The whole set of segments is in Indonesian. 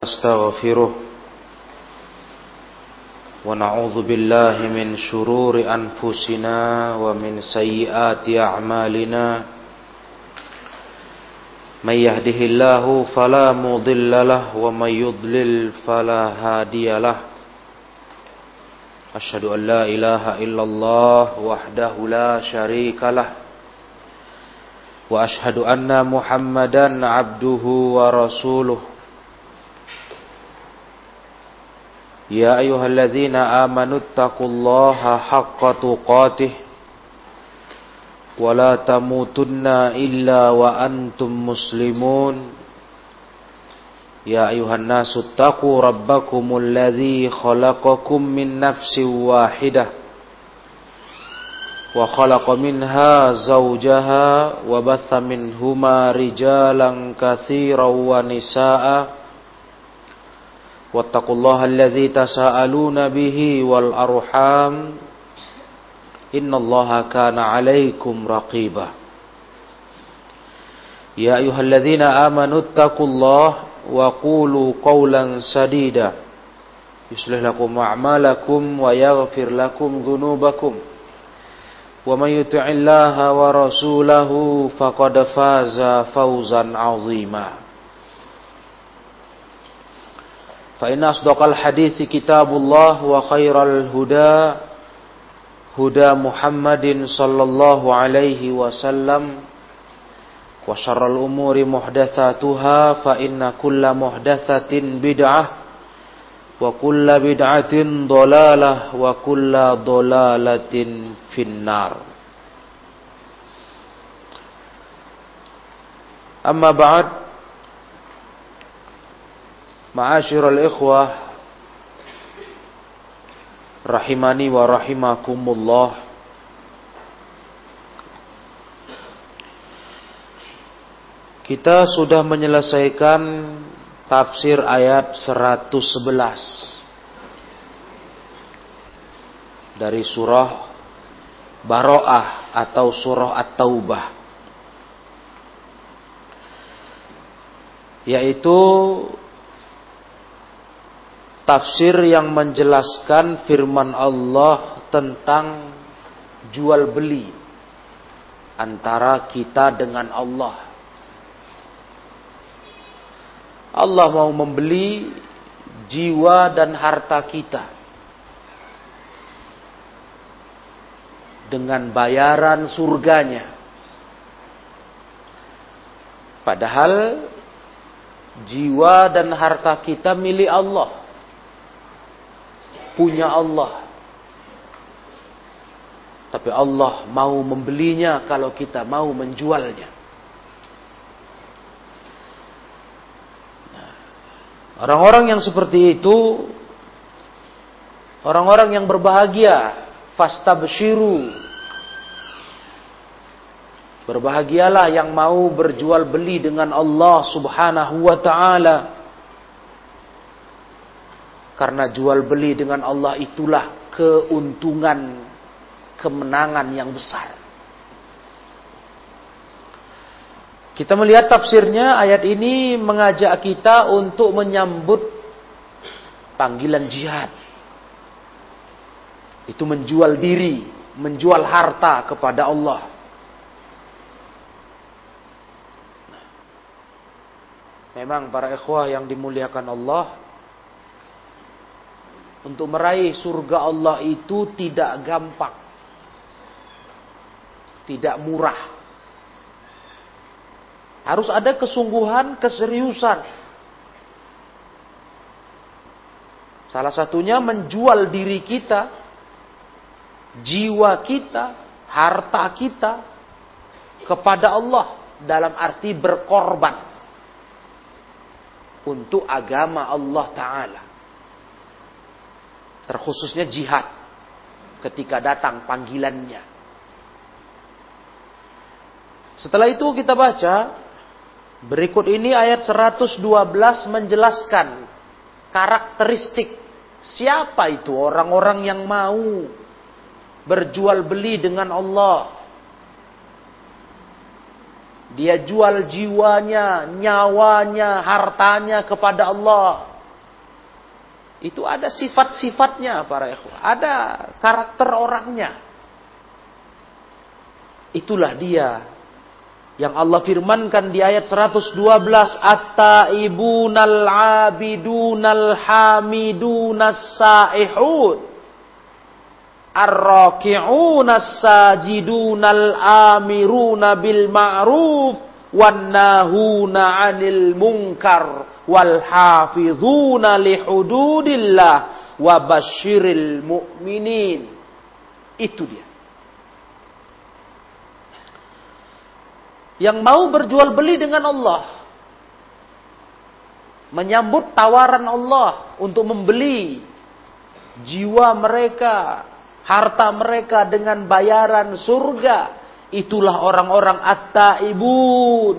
Astaghfiruh wa na'udzu billahi min shururi anfusina wa min sayyiati a'malina may yahdihillahu fala mudhillalah wa may yudlil fala hadiyalah asyhadu an la ilaha illallah wahdahu la syarikalah wa asyhadu anna Muhammadan abduhu wa rasuluh. Ya ayyuhalladzina amanu taqullaha haqqa tuqatih wa la tamutunna illa wa antum muslimun. Ya ayyuhan nasu taqu rabbakumul ladzi khalaqakum min nafsin wahidah wa khalaqa minha zawjaha wa batha minhuma rijalan katsiran wa nisaa'a wattaqullaha alladzi tasaaluna bihi wal arham innallaha kana 'alaikum raqiba. Ya ayyuhalladzina amanu taqullaha wa qulu qawlan sadida yuslih lakum a'malakum wa yaghfir lakum dhunubakum wa may yuti'illaha wa rasulahu faqad faza fawzan 'azima. Fa inna asdaqal hadithi kitabullah wa khairal huda huda Muhammadin sallallahu alaihi wasallam wa syarral umuri muhdatsatuha fa inna kulla muhdatsatin bid'ah wa kulla bid'atin dhalalah wa kulla dhalalatin finnar. Amma ba'd. Ma'asyiral ikhwah rahimani wa rahimakumullah. Kita sudah menyelesaikan tafsir ayat 111 dari surah Bara'ah atau surah At-Taubah, yaitu tafsir yang menjelaskan firman Allah tentang jual beli antara kita dengan Allah. Allah mau membeli jiwa dan harta kita dengan bayaran surganya. Padahal jiwa dan harta kita milik Allah, punya Allah. Tapi Allah mau membelinya kalau kita mau menjualnya. Orang-orang yang seperti itu orang-orang yang berbahagia. Fastabshiru. Berbahagialah yang mau berjual beli dengan Allah Subhanahu wa ta'ala. Karena jual beli dengan Allah itulah keuntungan, kemenangan yang besar. Kita melihat tafsirnya, ayat ini mengajak kita untuk menyambut panggilan jihad. Itu menjual diri, menjual harta kepada Allah. Memang para ikhwah yang dimuliakan Allah, untuk meraih surga Allah itu tidak gampang. Tidak murah. Harus ada kesungguhan, keseriusan. Salah satunya menjual diri kita, jiwa kita, harta kita kepada Allah. Dalam arti berkorban untuk agama Allah Ta'ala. Terkhususnya jihad ketika datang panggilannya. Setelah itu kita baca berikut ini ayat 112 menjelaskan karakteristik siapa itu orang-orang yang mau berjual beli dengan Allah. Dia jual jiwanya, nyawanya, hartanya kepada Allah. Itu ada sifat-sifatnya para ikhwah. Ada karakter orangnya. Itulah dia yang Allah firmankan di ayat 112. At-taibunal abidunal hamidunas saihun. Ar-raki'unas sajidunal amiruna bil ma'ruf wan nahuna 'anil munkar wal hafizuna li hududillah wa basyiril mu'minin. Itu dia. Yang mau berjual beli dengan Allah, menyambut tawaran Allah untuk membeli jiwa mereka, harta mereka dengan bayaran surga. Itulah orang-orang at-taibun.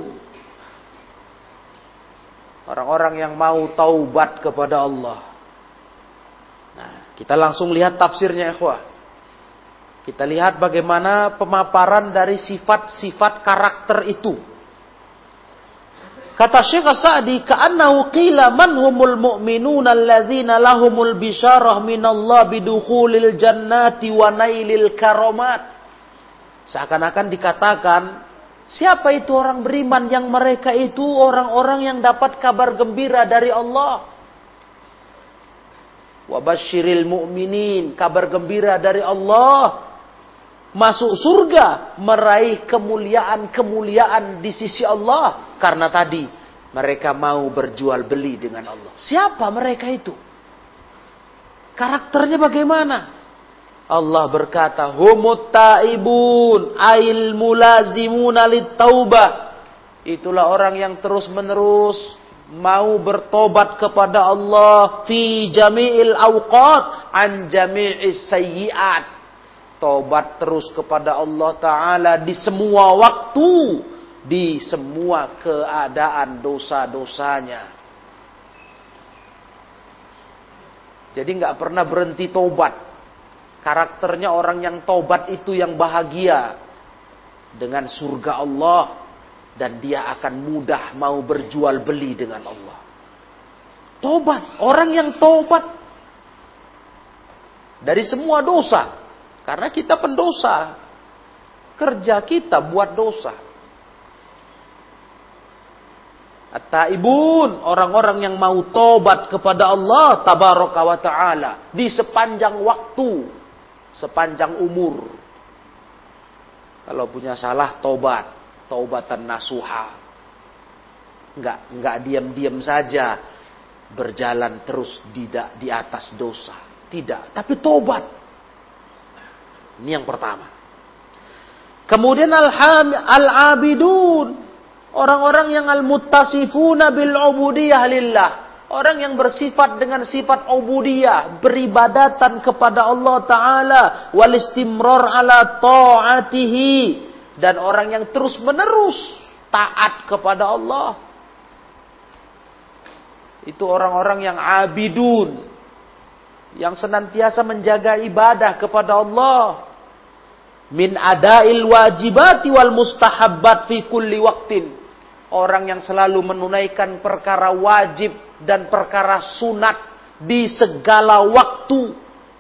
Orang-orang yang mau taubat kepada Allah. Nah, kita langsung lihat tafsirnya, ikhwah. Kita lihat bagaimana pemaparan dari sifat-sifat karakter itu. Kata Syekh As-Sa'di, "Ka'annahu qila man humul mu'minuna alladzina lahumul bisyarah minallah bidukhulil jannati wa nailil karamat." Seakan-akan dikatakan, siapa itu orang beriman yang mereka itu orang-orang yang dapat kabar gembira dari Allah. Wa basyiril mu'minin, kabar gembira dari Allah. Masuk surga, meraih kemuliaan-kemuliaan di sisi Allah. Karena tadi, mereka mau berjual beli dengan Allah. Siapa mereka itu? Karakternya bagaimana? Allah berkata, humut taibun, ail mulazimuna littaubah. Itulah orang yang terus-menerus mau bertobat kepada Allah. Fi jami'il awqat, an jami'is sayyiat. Tobat terus kepada Allah Ta'ala di semua waktu, di semua keadaan dosa-dosanya. Jadi nggak pernah berhenti tobat. Karakternya orang yang tobat itu yang bahagia dengan surga Allah. Dan dia akan mudah mau berjual beli dengan Allah. Tobat, orang yang tobat dari semua dosa. Karena kita pendosa. Kerja kita buat dosa. At-taibun, orang-orang yang mau tobat kepada Allah tabaraka wa ta'ala di sepanjang waktu, sepanjang umur. Kalau punya salah, tobat, taubatan nasuha. Enggak diam-diam saja berjalan terus di atas dosa. Tidak, tapi tobat. Ini yang pertama. Kemudian al-abidun, orang-orang yang al-muttasifuna bil ubudiyah lillah, orang yang bersifat dengan sifat ubudiyah, beribadatan kepada Allah Ta'ala, wal istimrar ala ta'atihi, dan orang yang terus-menerus taat kepada Allah. Itu orang-orang yang abidun, yang senantiasa menjaga ibadah kepada Allah. Min adail wajibati wal mustahabbat fi kulli waqtin. Orang yang selalu menunaikan perkara wajib dan perkara sunat di segala waktu.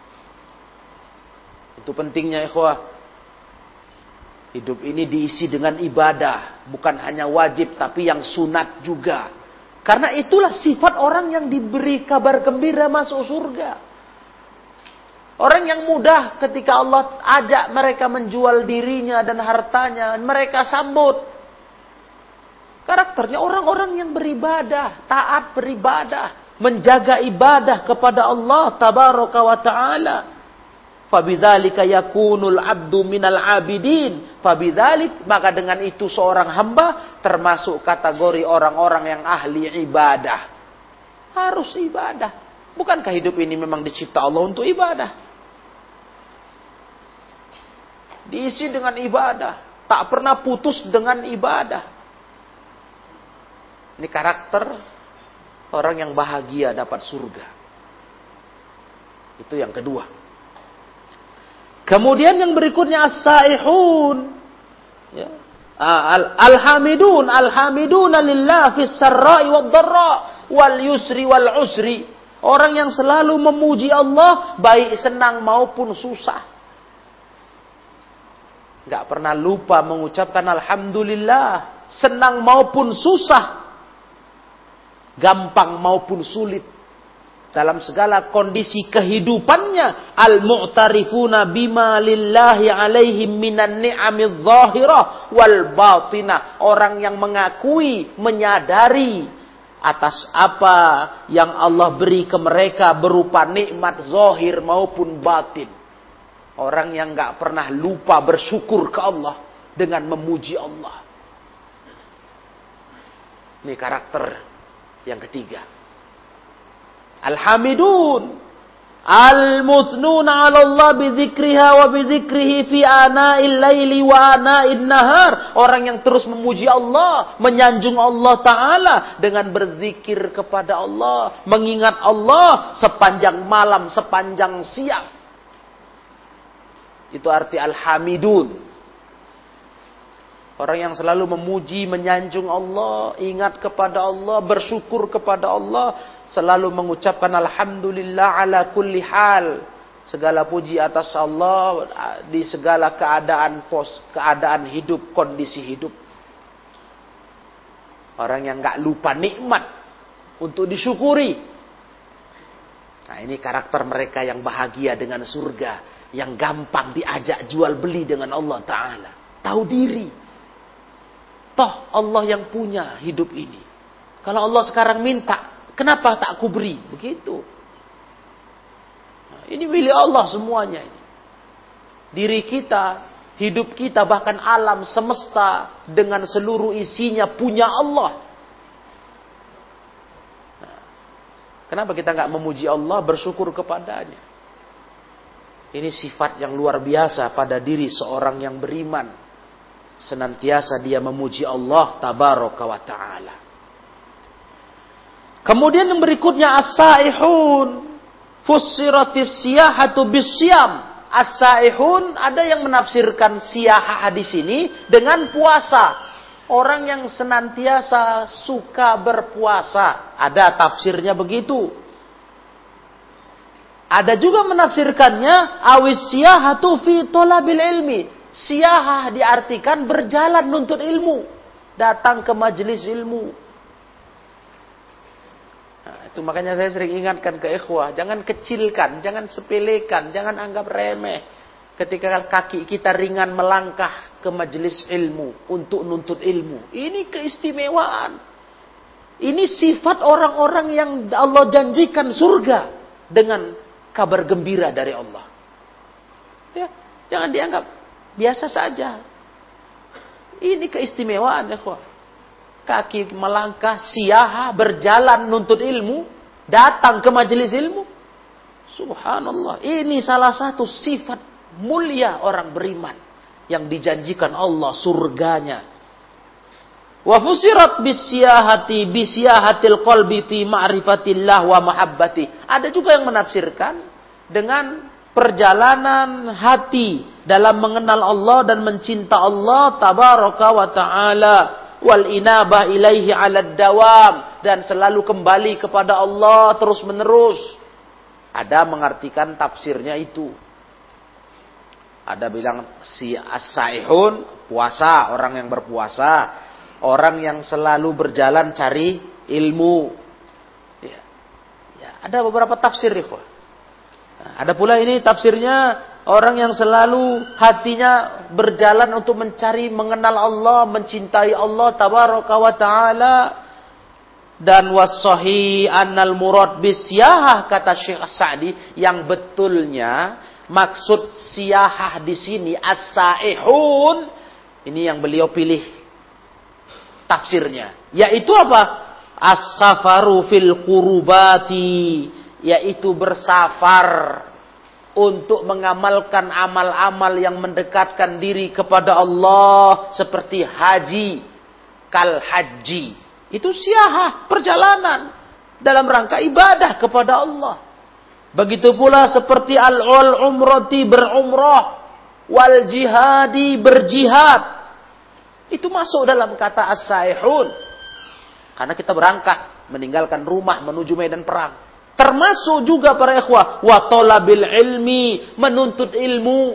Itu pentingnya ikhwah. Hidup ini diisi dengan ibadah. Bukan hanya wajib tapi yang sunat juga. Karena itulah sifat orang yang diberi kabar gembira masuk surga. Orang yang mudah ketika Allah ajak mereka menjual dirinya dan hartanya, mereka sambut. Karakternya orang-orang yang beribadah, taat beribadah, menjaga ibadah kepada Allah tabaraka wa ta'ala. Fabidzalika yakunul abdu minal abidin. Fabidzalik, maka dengan itu seorang hamba termasuk kategori orang-orang yang ahli ibadah. Harus ibadah. Bukankah hidup ini memang dicipta Allah untuk ibadah? Diisi dengan ibadah. Tak pernah putus dengan ibadah. Ini karakter orang yang bahagia dapat surga. Itu yang kedua. Kemudian yang berikutnya as-saihun. Ya. Alhamiduna lillah fis sarra'i wad dharra wal yusri wal usri. Orang yang selalu memuji Allah, baik senang maupun susah. Gak pernah lupa mengucapkan Alhamdulillah. Senang maupun susah. Gampang maupun sulit. Dalam segala kondisi kehidupannya. Al-mu'tarifuna bima lillahi alaihim minan ni'amidh zahirah wal batinah. Orang yang mengakui, menyadari atas apa yang Allah beri ke mereka berupa nikmat zahir maupun batin. Orang yang gak pernah lupa bersyukur ke Allah dengan memuji Allah. Ini karakter yang ketiga. Al-hamidun. Al-muthnuna 'ala Allah bidzikriha wa bidzikrihi fi ana'il laili wa ana'in nahar. Orang yang terus memuji Allah, menyanjung Allah Ta'ala dengan berzikir kepada Allah, mengingat Allah sepanjang malam, sepanjang siang. Itu arti al-hamidun. Orang yang selalu memuji, menyanjung Allah, ingat kepada Allah, bersyukur kepada Allah, selalu mengucapkan alhamdulillah ala kulli hal. Segala puji atas Allah di segala keadaan hidup, kondisi hidup. Orang yang enggak lupa nikmat untuk disyukuri. Nah, ini karakter mereka yang bahagia dengan surga. Yang gampang diajak jual beli dengan Allah Ta'ala. Tahu diri. Toh Allah yang punya hidup ini. Kalau Allah sekarang minta, kenapa tak aku beri? Begitu. Nah, ini milik Allah semuanya. Diri kita, hidup kita, bahkan alam semesta dengan seluruh isinya punya Allah. Nah, kenapa kita nggak memuji Allah, bersyukur kepadanya? Ini sifat yang luar biasa pada diri seorang yang beriman. Senantiasa dia memuji Allah tabaraka wa ta'ala. Kemudian yang berikutnya as-saihun. Fussiratis siyahatu bisyam. As-saihun, ada yang menafsirkan siyahah di sini dengan puasa. Orang yang senantiasa suka berpuasa. Ada tafsirnya begitu. Ada juga menafsirkannya awis siyahatu fi thalabil ilmi. Siyahah diartikan berjalan nuntut ilmu, datang ke majelis ilmu. Nah, itu makanya saya sering ingatkan ke ikhwah, jangan kecilkan, jangan sepelekan, jangan anggap remeh ketika kaki kita ringan melangkah ke majelis ilmu untuk nuntut ilmu. Ini keistimewaan. Ini sifat orang-orang yang Allah janjikan surga dengan kabar gembira dari Allah. Ya, jangan dianggap biasa saja. Ini keistimewaan, ya, kaki melangkah, siyaha, berjalan nuntut ilmu, datang ke majelis ilmu. Subhanallah. Ini salah satu sifat mulia orang beriman yang dijanjikan Allah surganya. Wa fusirat bisyahatil qalbi fi ma'rifatillah wa mahabbati. Ada juga yang menafsirkan dengan perjalanan hati dalam mengenal Allah dan mencinta Allah tabaraka wa ta'ala wal inabah ilaihi 'alad dawam, dan selalu kembali kepada Allah terus menerus. Ada mengartikan tafsirnya itu. Ada bilang si as-saihun, puasa, orang yang berpuasa. Orang yang selalu berjalan cari ilmu. Ya. Ya, ada beberapa tafsir. Ya. Ada pula ini tafsirnya orang yang selalu hatinya berjalan untuk mencari, mengenal Allah, mencintai Allah tabaraka wa ta'ala. Dan was-sahih annal murad bisyahah, kata Syekh As-Sa'di, yang betulnya maksud siyahah di sini as-saihun, ini yang beliau pilih tafsirnya, yaitu apa? As-safaru fil qurubati, yaitu bersafar untuk mengamalkan amal-amal yang mendekatkan diri kepada Allah seperti haji, kal haji. Itu siyahah, perjalanan dalam rangka ibadah kepada Allah. Begitu pula seperti al-umrati, berumrah, wal jihadi, berjihad. Itu masuk dalam kata as-saihun. Karena kita berangkat, meninggalkan rumah menuju medan perang. Termasuk juga para ikhwah, wa talabil ilmi, menuntut ilmu.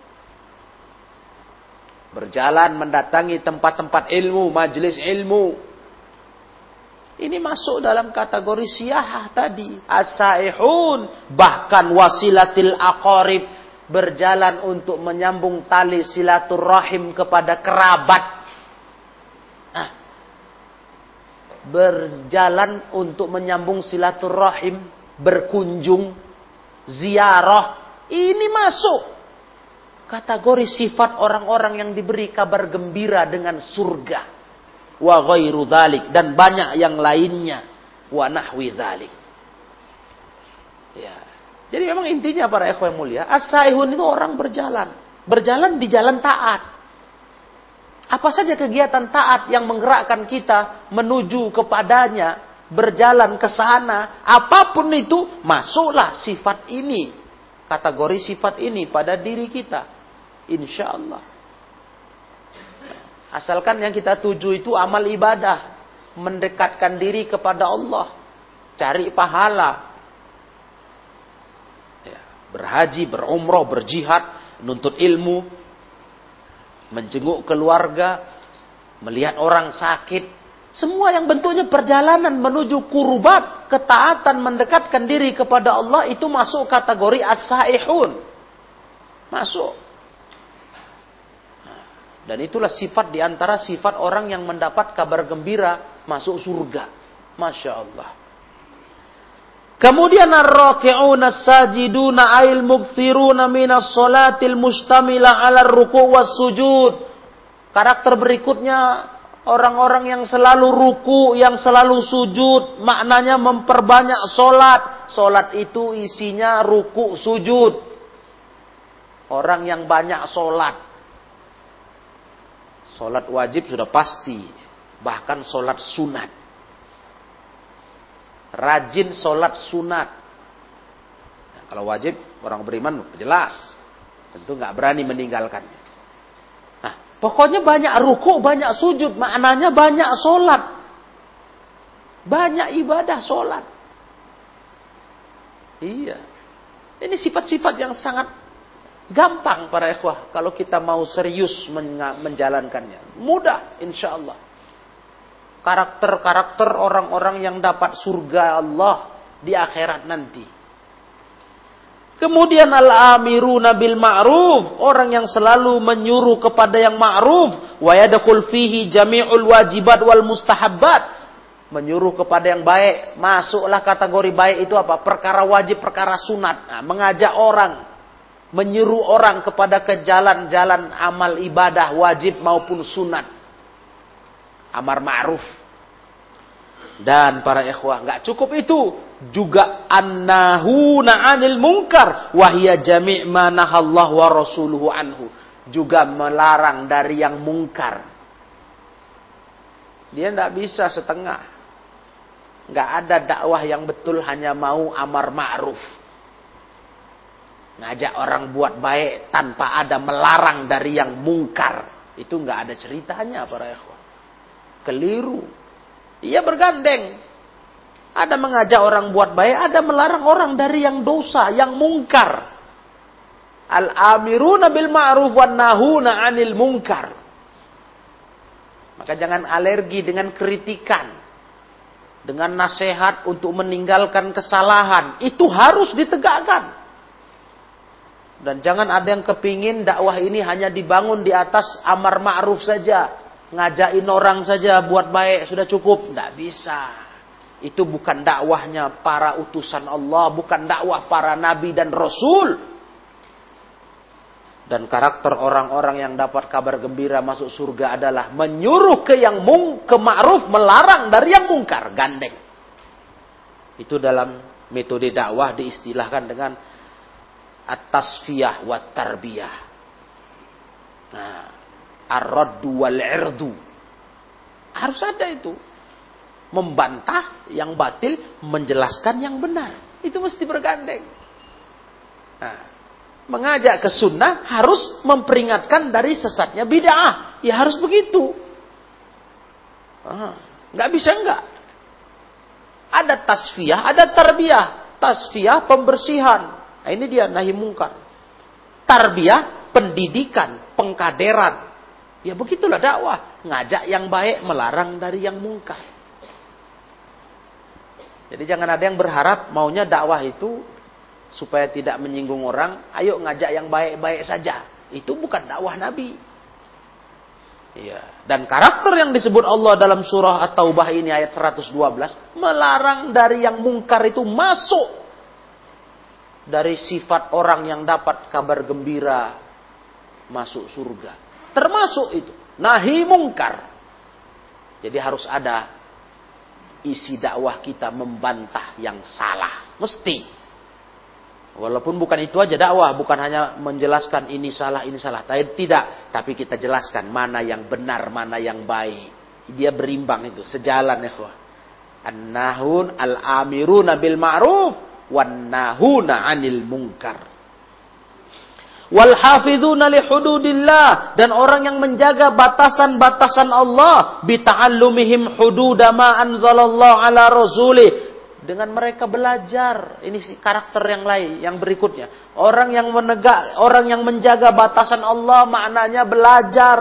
Berjalan mendatangi tempat-tempat ilmu, majelis ilmu. Ini masuk dalam kategori siyahah tadi. As-saihun, bahkan wasilatil aqarib, berjalan untuk menyambung tali silaturrahim kepada kerabat. Nah, berjalan untuk menyambung silaturrahim, berkunjung, ziarah, ini masuk kategori sifat orang-orang yang diberi kabar gembira dengan surga. Wa ghairu dzalik, dan banyak yang lainnya. Wa nahwi dzalik. Ya. Jadi memang intinya para ikhwan mulia, as-saihun itu orang berjalan. Berjalan di jalan taat. Apa saja kegiatan taat yang menggerakkan kita menuju kepadanya, berjalan ke sana, apapun itu, masuklah sifat ini, kategori sifat ini pada diri kita. Insya Allah. Asalkan yang kita tuju itu amal ibadah, mendekatkan diri kepada Allah, cari pahala, ya, berhaji, berumrah, berjihad, menuntut ilmu, menjenguk keluarga, melihat orang sakit, semua yang bentuknya perjalanan menuju kurubat, ketaatan, mendekatkan diri kepada Allah, itu masuk kategori as-saihun. Masuk. Dan itulah sifat diantara sifat orang yang mendapat kabar gembira masuk surga. Masya Allah. Kemudian ar-raki'una as-sajiduna ayil mukthiruna minas salatil mustamila 'ala ruku' was sujud. Karakter berikutnya orang-orang yang selalu ruku, yang selalu sujud, maknanya memperbanyak salat. Salat itu isinya ruku, sujud. Orang yang banyak salat. Salat wajib sudah pasti, bahkan salat sunat. Rajin sholat sunat. Nah, kalau wajib orang beriman jelas, tentu nggak berani meninggalkannya. Nah, pokoknya banyak ruku, banyak sujud, maknanya banyak sholat, banyak ibadah sholat. Iya, ini sifat-sifat yang sangat gampang para ikhwah kalau kita mau serius menjalankannya. Mudah, insya Allah. Karakter-karakter orang-orang yang dapat surga Allah di akhirat nanti. Kemudian al-amiruna bil ma'ruf, orang yang selalu menyuruh kepada yang ma'ruf, wa yadkhul fihi jami'ul wajibat wal mustahabbat. Menyuruh kepada yang baik, masuklah kategori baik itu apa? Perkara wajib, perkara sunat. Nah, mengajak orang, menyuruh orang kepada ke jalan-jalan amal ibadah wajib maupun sunat. Amar ma'ruf. Dan para ikhwah, enggak cukup itu, juga annahuna 'anil munkar wa hiya jami' ma nahallahu wa rasuluhu anhu. Juga melarang dari yang mungkar. Dia enggak bisa setengah. Enggak ada dakwah yang betul hanya mau amar ma'ruf. Ngajak orang buat baik tanpa ada melarang dari yang mungkar. Itu enggak ada ceritanya para ikhwah. Keliru. Ia bergandeng. Ada mengajak orang buat baik, ada melarang orang dari yang dosa, yang mungkar. Al-amiruna bil ma'ruf wan nahuna 'anil munkar. Maka jangan alergi dengan kritikan, dengan nasihat untuk meninggalkan kesalahan. Itu harus ditegakkan. Dan jangan ada yang kepingin dakwah ini hanya dibangun di atas amar ma'ruf saja. Ngajakin orang saja buat baik sudah cukup. Tidak bisa. Itu bukan dakwahnya para utusan Allah. Bukan dakwah para nabi dan rasul. Dan karakter orang-orang yang dapat kabar gembira masuk surga adalah menyuruh ke yang ke ma'ruf, melarang dari yang mungkar. Gandeng. Itu dalam metode dakwah diistilahkan dengan at-tasfiyah wa tarbiyah. Nah, ar-raddu wal irdu. Harus ada itu. Membantah yang batil, menjelaskan yang benar. Itu mesti bergandeng. Nah, mengajak ke sunnah harus memperingatkan dari sesatnya bid'ah. Ya harus begitu. Nggak bisa enggak. Ada tasfiyah, ada tarbiyah. Tasfiyah, pembersihan. Nah, ini dia nahi mungkar. Tarbiyah, pendidikan, pengkaderan. Ya begitulah dakwah. Ngajak yang baik, melarang dari yang mungkar. Jadi jangan ada yang berharap maunya dakwah itu supaya tidak menyinggung orang. Ayo ngajak yang baik-baik saja. Itu bukan dakwah Nabi. Ya. Dan karakter yang disebut Allah dalam surah At-Taubah ini ayat 112. Melarang dari yang mungkar itu masuk. Dari sifat orang yang dapat kabar gembira masuk surga. Termasuk itu. Nahi mungkar. Jadi harus ada isi dakwah kita membantah yang salah. Mesti. Walaupun bukan itu aja dakwah. Bukan hanya menjelaskan ini salah, ini salah. Tidak. Tapi kita jelaskan mana yang benar, mana yang baik. Dia berimbang itu. Sejalan ya. An-nahun al-amiruna bil ma'ruf. Wan-nahuna anil munkar. Wal hafizuna li hududillah, dan orang yang menjaga batasan-batasan Allah bita'allumihim hududa ma anzalallahu ala rasulih, dengan mereka belajar. Ini karakter yang lain yang berikutnya. Orang yang menjaga batasan Allah maknanya belajar.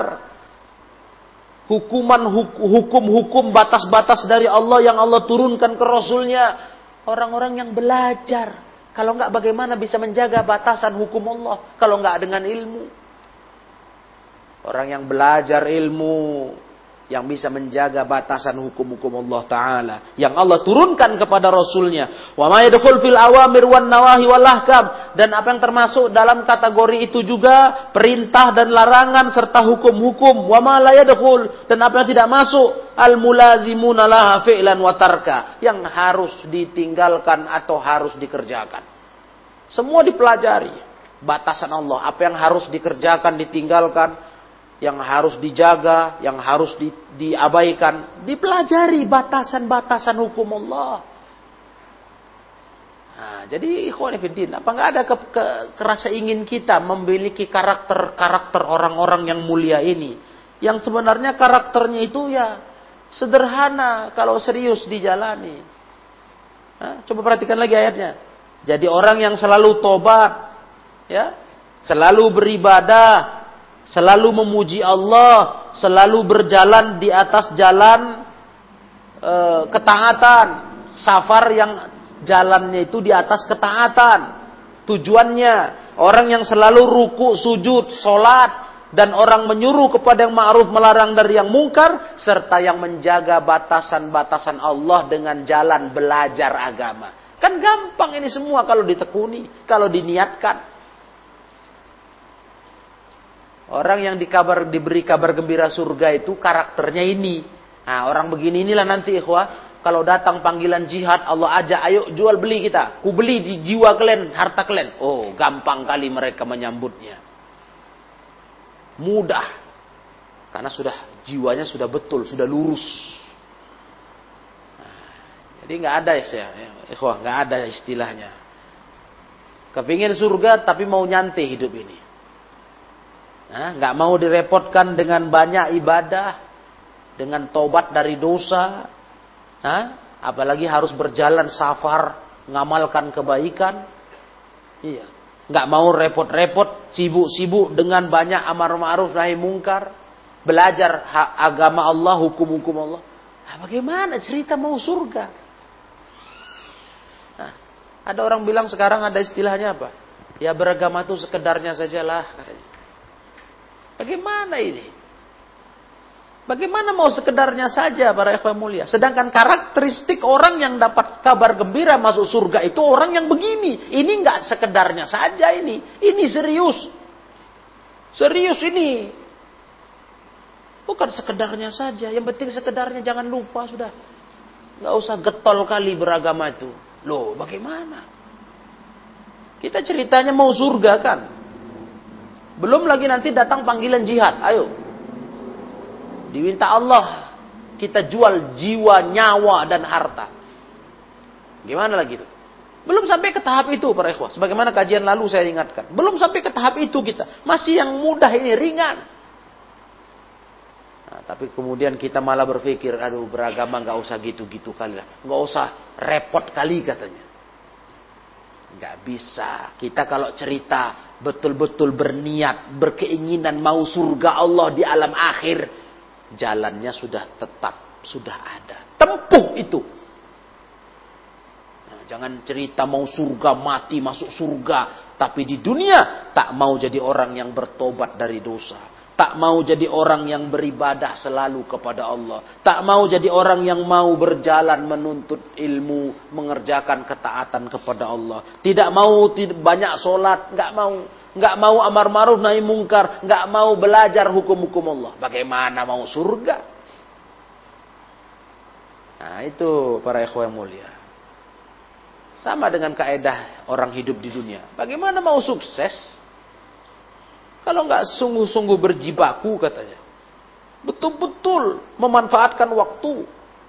Hukum-hukum batas-batas dari Allah yang Allah turunkan ke Rasulnya. Orang-orang yang belajar. Kalau enggak bagaimana bisa menjaga batasan hukum Allah? Kalau enggak dengan ilmu. Orang yang belajar ilmu. Yang bisa menjaga batasan hukum-hukum Allah Ta'ala. Yang Allah turunkan kepada Rasulnya. Wa ma yadkhul fil awamir wan nawahi wal ahkam. Dan apa yang termasuk dalam kategori itu juga. Perintah dan larangan serta hukum-hukum. Wa ma la yadkhul. Dan apa yang tidak masuk. Al-mulazimuna laha fi'lan wa tarka. Yang harus ditinggalkan atau harus dikerjakan. Semua dipelajari. Batasan Allah. Apa yang harus dikerjakan, ditinggalkan. Yang harus dijaga, yang harus diabaikan. Dipelajari batasan-batasan hukum Allah. Nah, jadi ikhwan fillah, apa enggak ada kerasa ingin kita memiliki karakter-karakter orang-orang yang mulia ini. Yang sebenarnya karakternya itu ya sederhana kalau serius dijalani. Nah, coba perhatikan lagi ayatnya. Jadi orang yang selalu tobat, ya, selalu beribadah, selalu memuji Allah, selalu berjalan di atas jalan ketaatan, safar yang jalannya itu di atas ketaatan. Tujuannya orang yang selalu ruku, sujud, salat, dan orang menyuruh kepada yang ma'ruf, melarang dari yang mungkar, serta yang menjaga batasan-batasan Allah dengan jalan belajar agama. Kan gampang ini semua kalau ditekuni, kalau diniatkan. Orang yang diberi kabar gembira surga itu karakternya ini. Nah, orang begini inilah nanti ikhwah, kalau datang panggilan jihad, Allah ajak, ayo jual beli kita. Ku beli di jiwa kalian, harta kalian. Oh, gampang kali mereka menyambutnya. Mudah. Karena jiwanya sudah betul, sudah lurus. Jadi nggak ada ya, ikhwah, nggak ada istilahnya. Kepingin surga tapi mau nyantai hidup ini. Nggak mau direpotkan dengan banyak ibadah, dengan tobat dari dosa. Apalagi harus berjalan safar, ngamalkan kebaikan. Iya. Nggak mau repot-repot, sibuk-sibuk dengan banyak amar ma'ruf nahi mungkar. Belajar agama Allah, hukum-hukum Allah. Bagaimana cerita mau surga? Ada orang bilang sekarang ada istilahnya apa? Ya beragama itu sekedarnya sajalah. Bagaimana ini? Bagaimana mau sekedarnya saja para ikhwan mulia? Sedangkan karakteristik orang yang dapat kabar gembira masuk surga itu orang yang begini. Ini enggak sekedarnya saja ini. Ini serius. Serius ini. Bukan sekedarnya saja. Yang penting sekedarnya jangan lupa sudah. Enggak usah getol kali beragama itu. Loh, bagaimana? Kita ceritanya mau surga kan? Belum lagi nanti datang panggilan jihad. Ayo. Diminta Allah. Kita jual jiwa, nyawa, dan harta. Gimana lagi itu? Belum sampai ke tahap itu para ikhwah. Sebagaimana kajian lalu saya ingatkan. Belum sampai ke tahap itu kita. Masih yang mudah ini, ringan. Nah, tapi kemudian kita malah berpikir, aduh beragama gak usah gitu-gitu kali lah. Gak usah repot kali katanya. Nggak bisa. Kita kalau cerita betul-betul berniat, berkeinginan mau surga Allah di alam akhir, jalannya sudah tetap, sudah ada. Tempuh itu. Nah, jangan cerita mau surga, mati masuk surga, tapi di dunia tak mau jadi orang yang bertobat dari dosa. Tak mau jadi orang yang beribadah selalu kepada Allah. Tak mau jadi orang yang mau berjalan menuntut ilmu, mengerjakan ketaatan kepada Allah. Tidak mau banyak sholat, nggak mau amar ma'ruf nahi mungkar, nggak mau belajar hukum-hukum Allah. Bagaimana mau surga? Nah, itu para ikhwan yang mulia. Sama dengan kaedah orang hidup di dunia. Bagaimana mau sukses? Kalau nggak sungguh-sungguh berjibaku katanya. Betul-betul memanfaatkan waktu.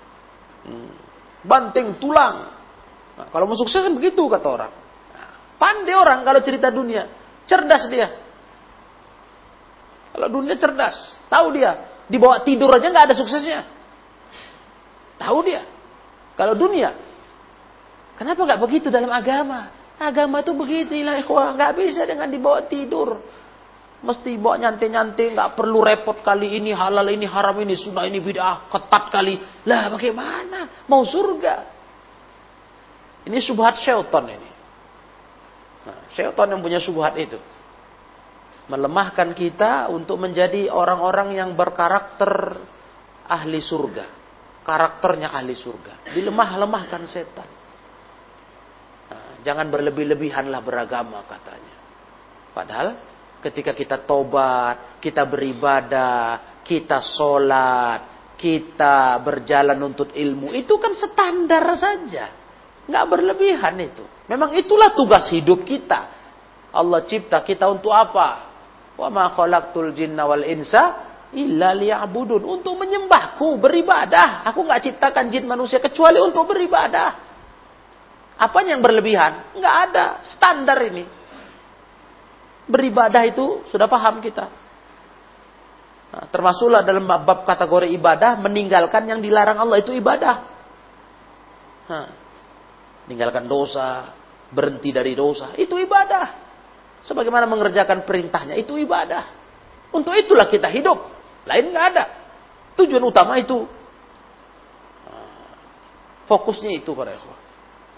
Banting tulang. Nah, kalau mau sukses begitu kata orang. Nah, pandai orang kalau cerita dunia. Cerdas dia. Kalau dunia cerdas. Tahu dia. Dibawa tidur aja nggak ada suksesnya. Tahu dia. Kalau dunia. Kenapa nggak begitu dalam agama? Agama itu begitulah ikhwah. Nggak bisa dengan dibawa tidur. Mesti bawa nyantai-nyantai, nggak perlu repot kali ini halal, ini haram, ini sunnah, ini bid'ah, ketat kali. Lah bagaimana? Mau surga. Ini subhat syaitan ini. Nah, syaitan yang punya subhat itu. Melemahkan kita untuk menjadi orang-orang yang berkarakter ahli surga. Karakternya ahli surga. Dilemah-lemahkan setan. Nah, jangan berlebih-lebihanlah beragama katanya. Padahal ketika kita tobat, kita beribadah, kita sholat, kita berjalan untuk ilmu, itu kan standar saja. Nggak berlebihan itu. Memang itulah tugas hidup kita. Allah cipta kita untuk apa? Wa ma khalaqtul jinna wal insa illa liya'budun. Untuk menyembahku, beribadah. Aku nggak ciptakan jin manusia kecuali untuk beribadah. Apa yang berlebihan? Nggak ada. Standar ini. Beribadah itu sudah paham kita. Nah, termasuklah dalam bab kategori ibadah, meninggalkan yang dilarang Allah itu ibadah. Nah, meninggalkan dosa, berhenti dari dosa, itu ibadah. Sebagaimana mengerjakan perintahnya, itu ibadah. Untuk itulah kita hidup. Lain nggak ada. Tujuan utama itu. Nah, fokusnya itu para ikhwah.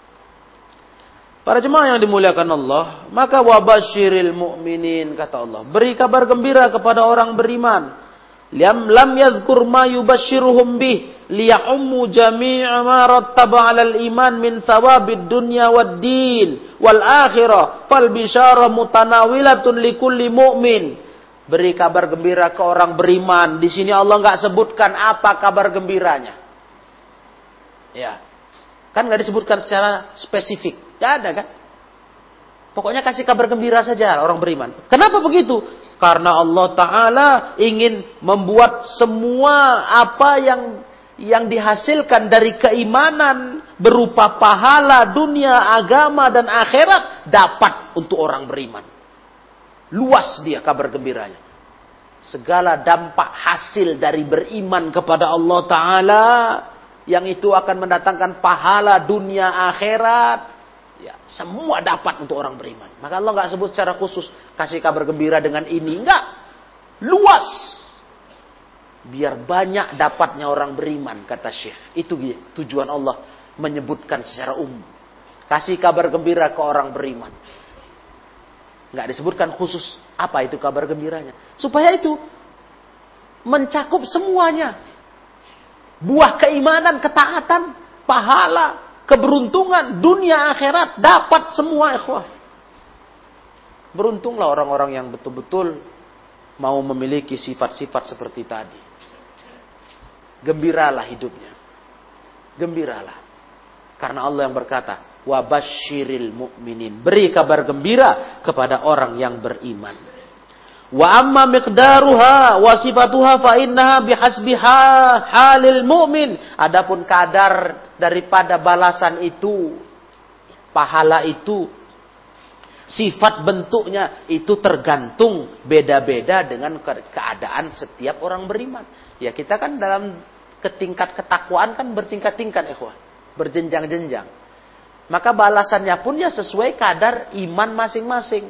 Para jemaah yang dimuliakan Allah, maka wabasyiril mu'minin kata Allah, beri kabar gembira kepada orang beriman. Lam yadhkur ma yubasyiruhum bih liya'ummu jami'a ma rattaba 'alal iman min thawabid dunya wad din wal akhirah fal bisyarah mutanawilatun likulli mu'min. Beri kabar gembira ke orang beriman. Di sini Allah enggak sebutkan apa kabar gembiranya. Ya. Kan enggak disebutkan secara spesifik. Tidak ada kan? Pokoknya kasih kabar gembira saja orang beriman. Kenapa begitu? Karena Allah Ta'ala ingin membuat semua apa yang dihasilkan dari keimanan berupa pahala dunia, agama, dan akhirat dapat untuk orang beriman. Luas dia kabar gembiranya. Segala dampak hasil dari beriman kepada Allah Ta'ala yang itu akan mendatangkan pahala dunia akhirat. Ya, semua dapat untuk orang beriman. Maka Allah nggak sebut secara khusus kasih kabar gembira dengan ini, enggak. Luas. Biar banyak dapatnya orang beriman kata Syekh. Itu tujuan Allah menyebutkan secara umum. Kasih kabar gembira ke orang beriman. Nggak disebutkan khusus apa itu kabar gembiranya. Supaya itu mencakup semuanya. Buah keimanan, ketaatan, pahala, keberuntungan, dunia akhirat, dapat semua ikhwah. Beruntunglah orang-orang yang betul-betul mau memiliki sifat-sifat seperti tadi. Gembiralah hidupnya. Gembiralah. Karena Allah yang berkata, wabasyiril mu'minin. Beri kabar gembira kepada orang yang beriman. Wa amma miqdaruha wa sifatuha fa innaha bihasbiha halil mu'min. Adapun kadar daripada balasan itu, pahala itu, sifat bentuknya itu tergantung beda-beda dengan keadaan setiap orang beriman. Ya kita kan dalam tingkat ketakwaan kan bertingkat-tingkat ikhwah, berjenjang-jenjang. Maka balasannya pun ya sesuai kadar iman masing-masing.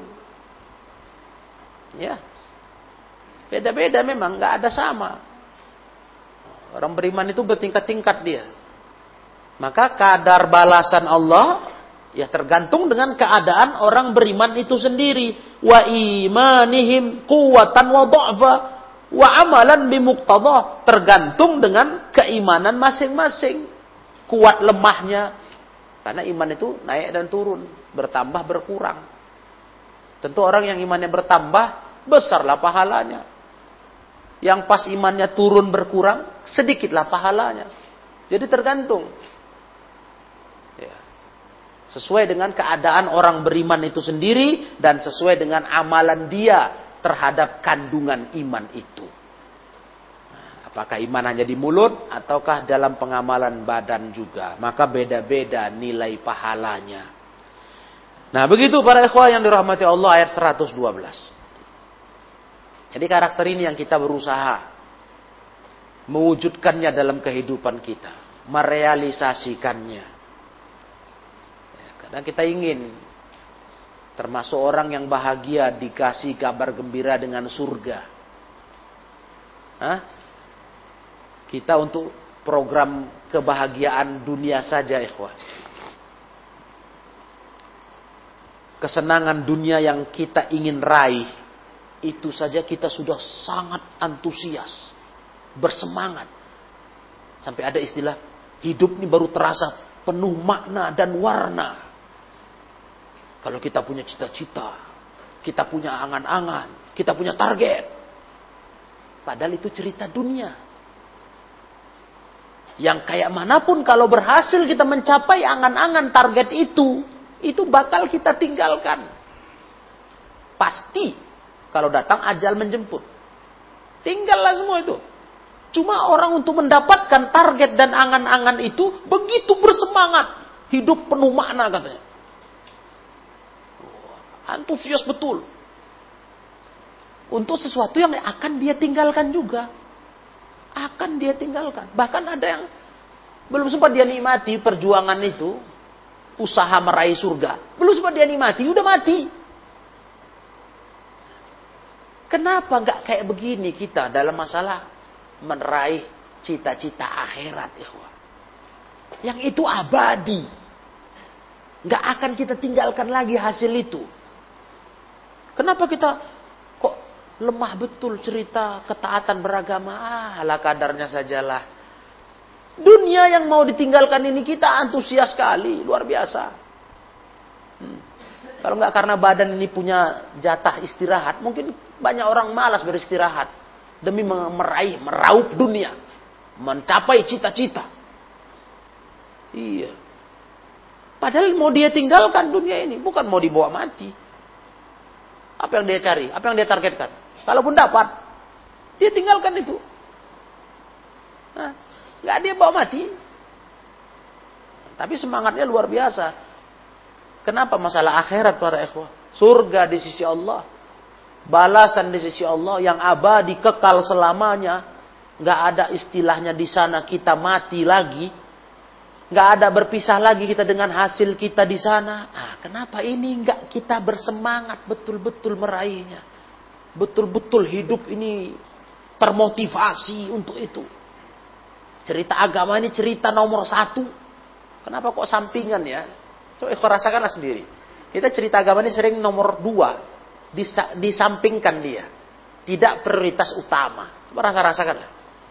Ya. Beda-beda memang, nggak ada sama. Orang beriman itu bertingkat-tingkat dia. Maka kadar balasan Allah ya tergantung dengan keadaan orang beriman itu sendiri. Wa imanihim quwwatan wa dha'fa wa amalan bimuqtadah. Tergantung dengan keimanan masing-masing. Kuat lemahnya. Karena iman itu naik dan turun, bertambah berkurang. Tentu orang yang imannya bertambah, besarlah pahalanya. Yang pas imannya turun berkurang, sedikitlah pahalanya. Jadi tergantung. Ya. Sesuai dengan keadaan orang beriman itu sendiri dan sesuai dengan amalan dia terhadap kandungan iman itu. Apakah iman hanya di mulut ataukah dalam pengamalan badan juga. Maka beda-beda nilai pahalanya. Nah begitu para ikhwah yang dirahmati Allah ayat 112. Jadi karakter ini yang kita berusaha mewujudkannya dalam kehidupan kita. Merealisasikannya. Ya, karena kita ingin termasuk orang yang bahagia dikasih kabar gembira dengan surga. Hah? Kita untuk program kebahagiaan dunia saja, ikhwah. Kesenangan dunia yang kita ingin raih, itu saja kita sudah sangat antusias, bersemangat. Sampai ada istilah, hidup ini baru terasa penuh makna dan warna. Kalau kita punya cita-cita, kita punya angan-angan, kita punya target. Padahal itu cerita dunia. Yang kayak manapun kalau berhasil kita mencapai angan-angan target itu bakal kita tinggalkan. Pasti kalau datang ajal menjemput. Tinggallah semua itu. Cuma orang untuk mendapatkan target dan angan-angan itu begitu bersemangat. Hidup penuh makna katanya. Antusias betul. Untuk sesuatu yang akan dia tinggalkan juga. Akan dia tinggalkan. Bahkan ada yang belum sempat dia nikmati perjuangan itu, usaha meraih surga. Belum sempat dia nikmati, udah mati. Kenapa nggak kayak begini kita dalam masalah meraih cita-cita akhirat, ikhwah? Yang itu abadi. Nggak akan kita tinggalkan lagi hasil itu. Kenapa kita lemah betul cerita ketaatan beragama. Lah kadarnya sajalah. Dunia yang mau ditinggalkan ini kita antusias sekali. Luar biasa. Kalau nggak karena badan ini punya jatah istirahat. Mungkin banyak orang malas beristirahat. Demi meraup dunia. Mencapai cita-cita. Iya. Padahal mau dia tinggalkan dunia ini. Bukan mau dibawa mati. Apa yang dia cari? Apa yang dia targetkan? Kalaupun dapat, dia tinggalkan itu. Nah, nggak dia bawa mati. Tapi semangatnya luar biasa. Kenapa masalah akhirat para ikhwah? Surga di sisi Allah. Balasan di sisi Allah yang abadi kekal selamanya. Nggak ada istilahnya di sana kita mati lagi. Nggak ada berpisah lagi kita dengan hasil kita di sana. Nah, kenapa ini nggak kita bersemangat betul-betul meraihnya? Betul-betul hidup ini termotivasi untuk itu. Cerita agama ini cerita nomor 1. Kenapa kok sampingan ya? Coba kau rasakanlah sendiri. Kita cerita agama ini sering nomor 2. Disampingkan dia. Tidak prioritas utama. Coba rasakanlah.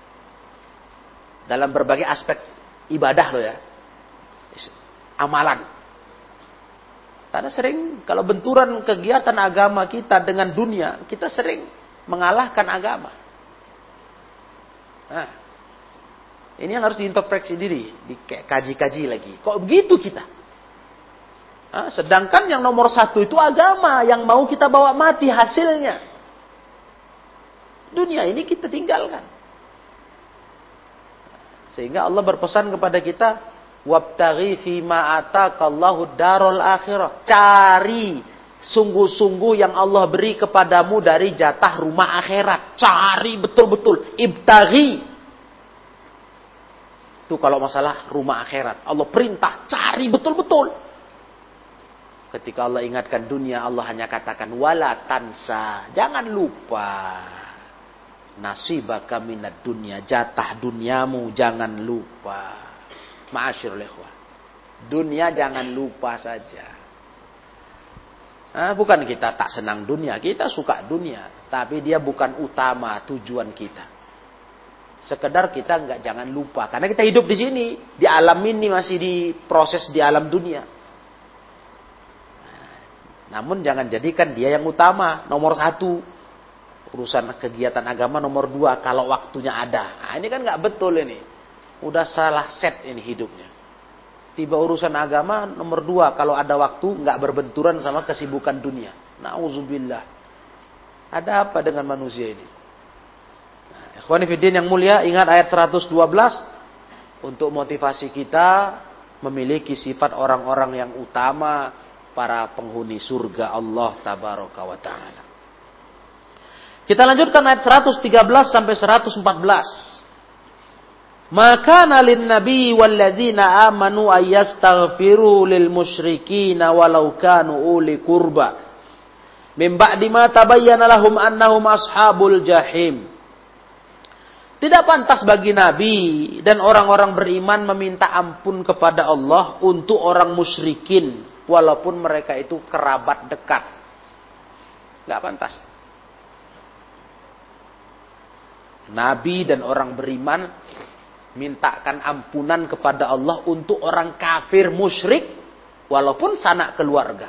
Dalam berbagai aspek ibadah loh ya. Amalan. Karena sering kalau benturan kegiatan agama kita dengan dunia, kita sering mengalahkan agama. Nah, ini yang harus diintrospeksi diri, dikaji-kaji lagi. Kok begitu kita? Nah, sedangkan yang nomor 1 itu agama, yang mau kita bawa mati hasilnya. Dunia ini kita tinggalkan. Sehingga Allah berpesan kepada kita, wabtaghi fima ataqallahu darul akhirah. Cari sungguh-sungguh yang Allah beri kepadamu dari jatah rumah akhirat. Cari betul-betul. Ibtaghi. Itu kalau masalah rumah akhirat. Allah perintah cari betul-betul. Ketika Allah ingatkan dunia, Allah hanya katakan wala tansa, jangan lupa nasibaka minad dunya, jatah duniamu jangan lupa. Ma'asyirul ikhwah, dunia jangan lupa saja. Bukan kita tak senang dunia, kita suka dunia, tapi dia bukan utama tujuan kita. Sekedar kita jangan lupa, karena kita hidup di sini, di alam ini masih diproses di alam dunia. Namun jangan jadikan dia yang utama, nomor 1. Urusan kegiatan agama nomor 2 kalau waktunya ada. Nah, ini kan nggak betul ini. Udah salah set ini hidupnya. Tiba urusan agama nomor 2 kalau ada waktu nggak berbenturan sama kesibukan dunia. Nauzubillah. Ada apa dengan manusia ini? Nah, ikhwani fiddin yang mulia, ingat ayat 112 untuk motivasi kita memiliki sifat orang-orang yang utama, para penghuni surga Allah tabaraka wa taala. Kita lanjutkan ayat 113 sampai 114. Maka nalin nabi walladzina amanu ayastaghfiru lil musyrikin walau kanu uli qurba min ba'di ma tabayyana lahum annahum ashabul jahim. Tidak pantas bagi nabi dan orang-orang beriman meminta ampun kepada Allah untuk orang musyrikin walaupun mereka itu kerabat dekat. Enggak pantas. Nabi dan orang beriman mintakan ampunan kepada Allah untuk orang kafir musyrik walaupun sanak keluarga.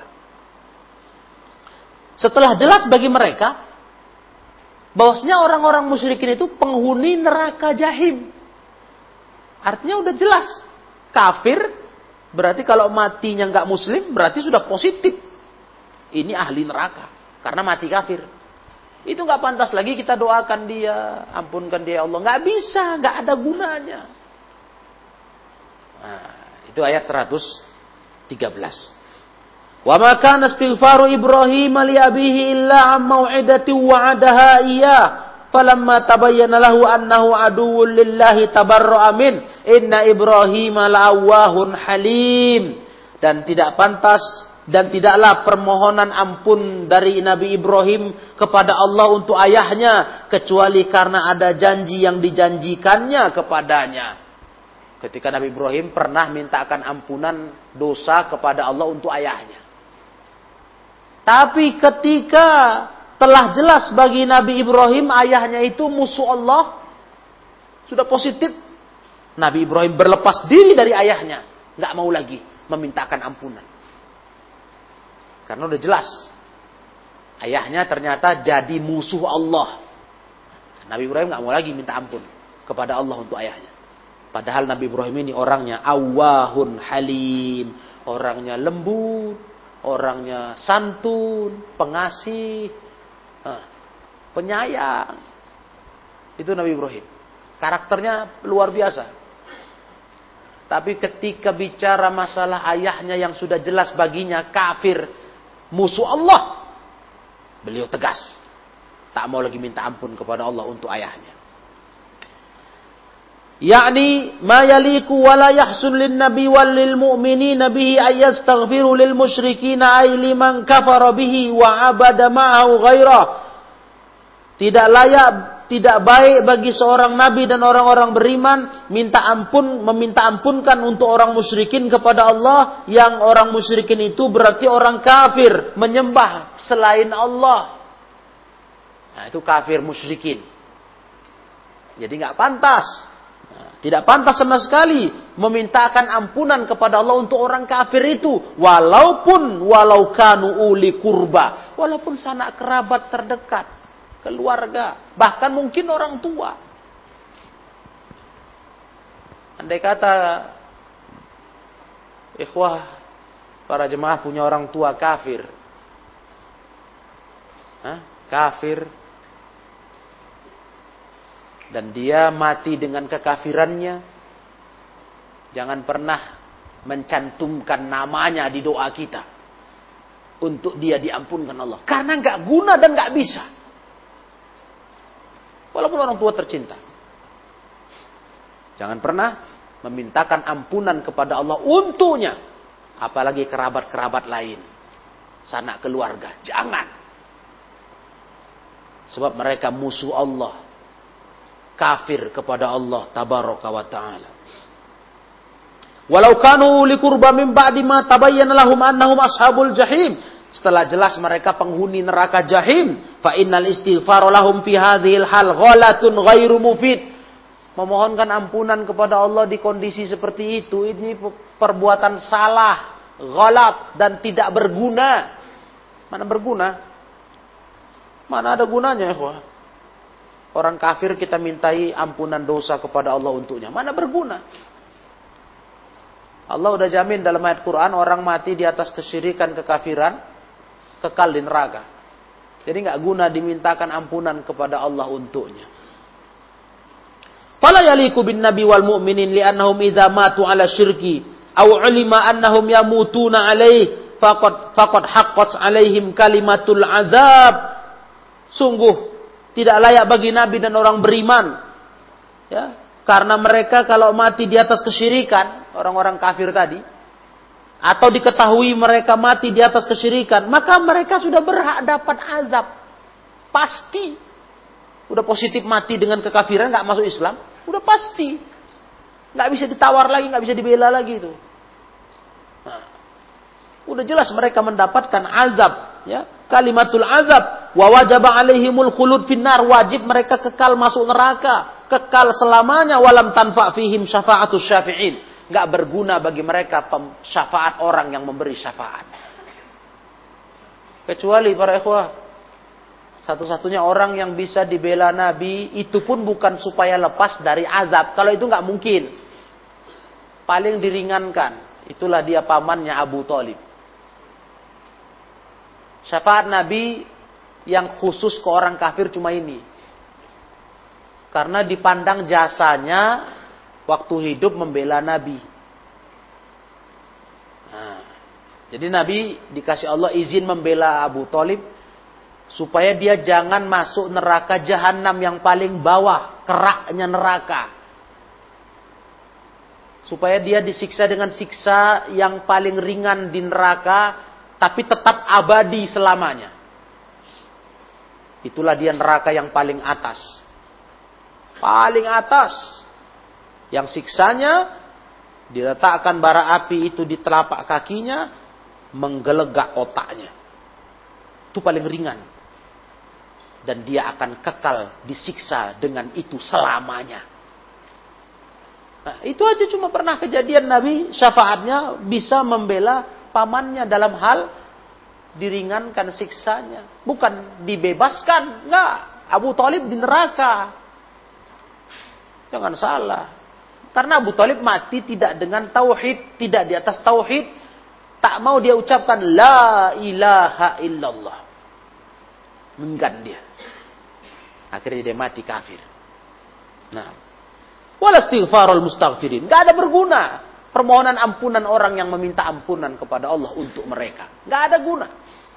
Setelah jelas bagi mereka bahwasanya orang-orang musyrikin itu penghuni neraka jahim. Artinya udah jelas kafir, berarti kalau matinya nggak muslim berarti sudah positif. Ini ahli neraka karena mati kafir. Itu nggak pantas lagi kita doakan dia, ampunkan dia Allah. Nggak bisa, nggak ada gunanya. Nah, itu ayat 113. Wa ma kana istighfaru Ibrahim li abihi illa am mau'idati wa'adaha iyyah falamma tabayyana lahu annahu aduwwun lillahi tabarra'a min inna Ibrahima la'awwahun halim. Dan tidak pantas dan tidaklah permohonan ampun dari Nabi Ibrahim kepada Allah untuk ayahnya kecuali karena ada janji yang dijanjikannya kepadanya. Ketika Nabi Ibrahim pernah mintakan ampunan dosa kepada Allah untuk ayahnya. Tapi ketika telah jelas bagi Nabi Ibrahim ayahnya itu musuh Allah, sudah positif, Nabi Ibrahim berlepas diri dari ayahnya, nggak mau lagi memintakan ampunan. Karena udah jelas ayahnya ternyata jadi musuh Allah. Nabi Ibrahim nggak mau lagi minta ampun kepada Allah untuk ayahnya. Padahal Nabi Ibrahim ini orangnya awwahun halim, orangnya lembut, orangnya santun, pengasih, penyayang. Itu Nabi Ibrahim. Karakternya luar biasa. Tapi ketika bicara masalah ayahnya yang sudah jelas baginya kafir, musuh Allah, beliau tegas. Tak mau lagi minta ampun kepada Allah untuk ayahnya. Yakni ma yaliku wa la yahsun lin nabi wal lil mu'minina bihi ayastaghfiru lil musyrikina ay liman kafara bihi wa abada ma'ahu ghairah. Tidak layak, tidak baik bagi seorang nabi dan orang-orang beriman meminta ampunkan untuk orang musyrikin kepada Allah, yang orang musyrikin itu berarti orang kafir, menyembah selain Allah. Nah, itu kafir musyrikin. Jadi nggak pantas. Tidak pantas sama sekali memintakan ampunan kepada Allah untuk orang kafir itu, walau kanu uli kurba, walaupun sanak kerabat terdekat, keluarga, bahkan mungkin orang tua. Andai kata ikhwah para jemaah punya orang tua kafir, kafir, dan dia mati dengan kekafirannya, jangan pernah mencantumkan namanya di doa kita untuk dia diampunkan Allah, karena nggak guna dan nggak bisa. Walaupun orang tua tercinta, jangan pernah memintakan ampunan kepada Allah untuknya, apalagi kerabat-kerabat lain. sanak keluarga. Jangan. Sebab mereka musuh Allah. Kafir kepada Allah tabaraka wa ta'ala. Walau kanu uli qurba min ba'di ma tabayyana lahum annahum ashabul jahim. Setelah jelas mereka penghuni neraka jahim, fa innal istighfar lahum fi hadhil hal ghalatun ghairu mufid. Memohonkan ampunan kepada Allah di kondisi seperti itu, ini perbuatan salah, ghalat dan tidak berguna. Mana berguna? Mana ada gunanya, ikhwah? Orang kafir kita mintai ampunan dosa kepada Allah untuknya. Mana berguna? Allah udah jamin dalam ayat Quran, orang mati di atas kesyirikan, kekafiran, kekal di neraka. Jadi nggak guna dimintakan ampunan kepada Allah untuknya. Fala yaliku bin nabi wal mu'minin li'annahum idza matu 'ala syirki aw 'ulima annahum yamutuna 'alaihi faqad haqqat 'alaihim kalimatul azab. Sungguh tidak layak bagi nabi dan orang beriman, ya, karena mereka kalau mati di atas kesyirikan, orang-orang kafir tadi, atau diketahui mereka mati di atas kesyirikan, maka mereka sudah berhak dapat azab. Pasti. Udah positif mati dengan kekafiran, nggak masuk Islam, udah pasti. Nggak bisa ditawar lagi, nggak bisa dibela lagi itu. Nah, udah jelas mereka mendapatkan azab, ya, kalimatul azab. Wa wajaba alaihimul khulud finnar, wajib mereka kekal masuk neraka, kekal selamanya. Walam tanfa fihim syafa'atus syafi'in, nggak berguna bagi mereka syafaat orang yang memberi syafaat. Kecuali para ikhwah, satu-satunya orang yang bisa dibela Nabi, itu pun bukan supaya lepas dari azab. Kalau itu nggak mungkin. Paling diringankan. Itulah dia pamannya Abu Thalib. Syafaat Nabi yang khusus ke orang kafir cuma ini. Karena dipandang jasanya waktu hidup membela Nabi. Nah, jadi Nabi dikasih Allah izin membela Abu Thalib supaya dia jangan masuk neraka jahanam yang paling bawah, keraknya neraka. Supaya dia disiksa dengan siksa yang paling ringan di neraka, tapi tetap abadi selamanya. Itulah dia neraka yang paling atas. Paling atas. Yang siksanya, diletakkan bara api itu di telapak kakinya, menggelegak otaknya. Itu paling ringan. Dan dia akan kekal disiksa dengan itu selamanya. Nah, itu aja cuma pernah kejadian Nabi syafaatnya bisa membela pamannya dalam hal diringankan siksanya. Bukan dibebaskan. Enggak. Abu Thalib di neraka. Jangan salah. Karena Abu Thalib mati tidak dengan tauhid. Tidak di atas tauhid. Tak mau dia ucapkan la ilaha illallah. Enggan dia. Akhirnya dia mati kafir. Nah, wala istighfarul mustaghfirin. Enggak ada berguna permohonan ampunan orang yang meminta ampunan kepada Allah untuk mereka. Enggak ada guna.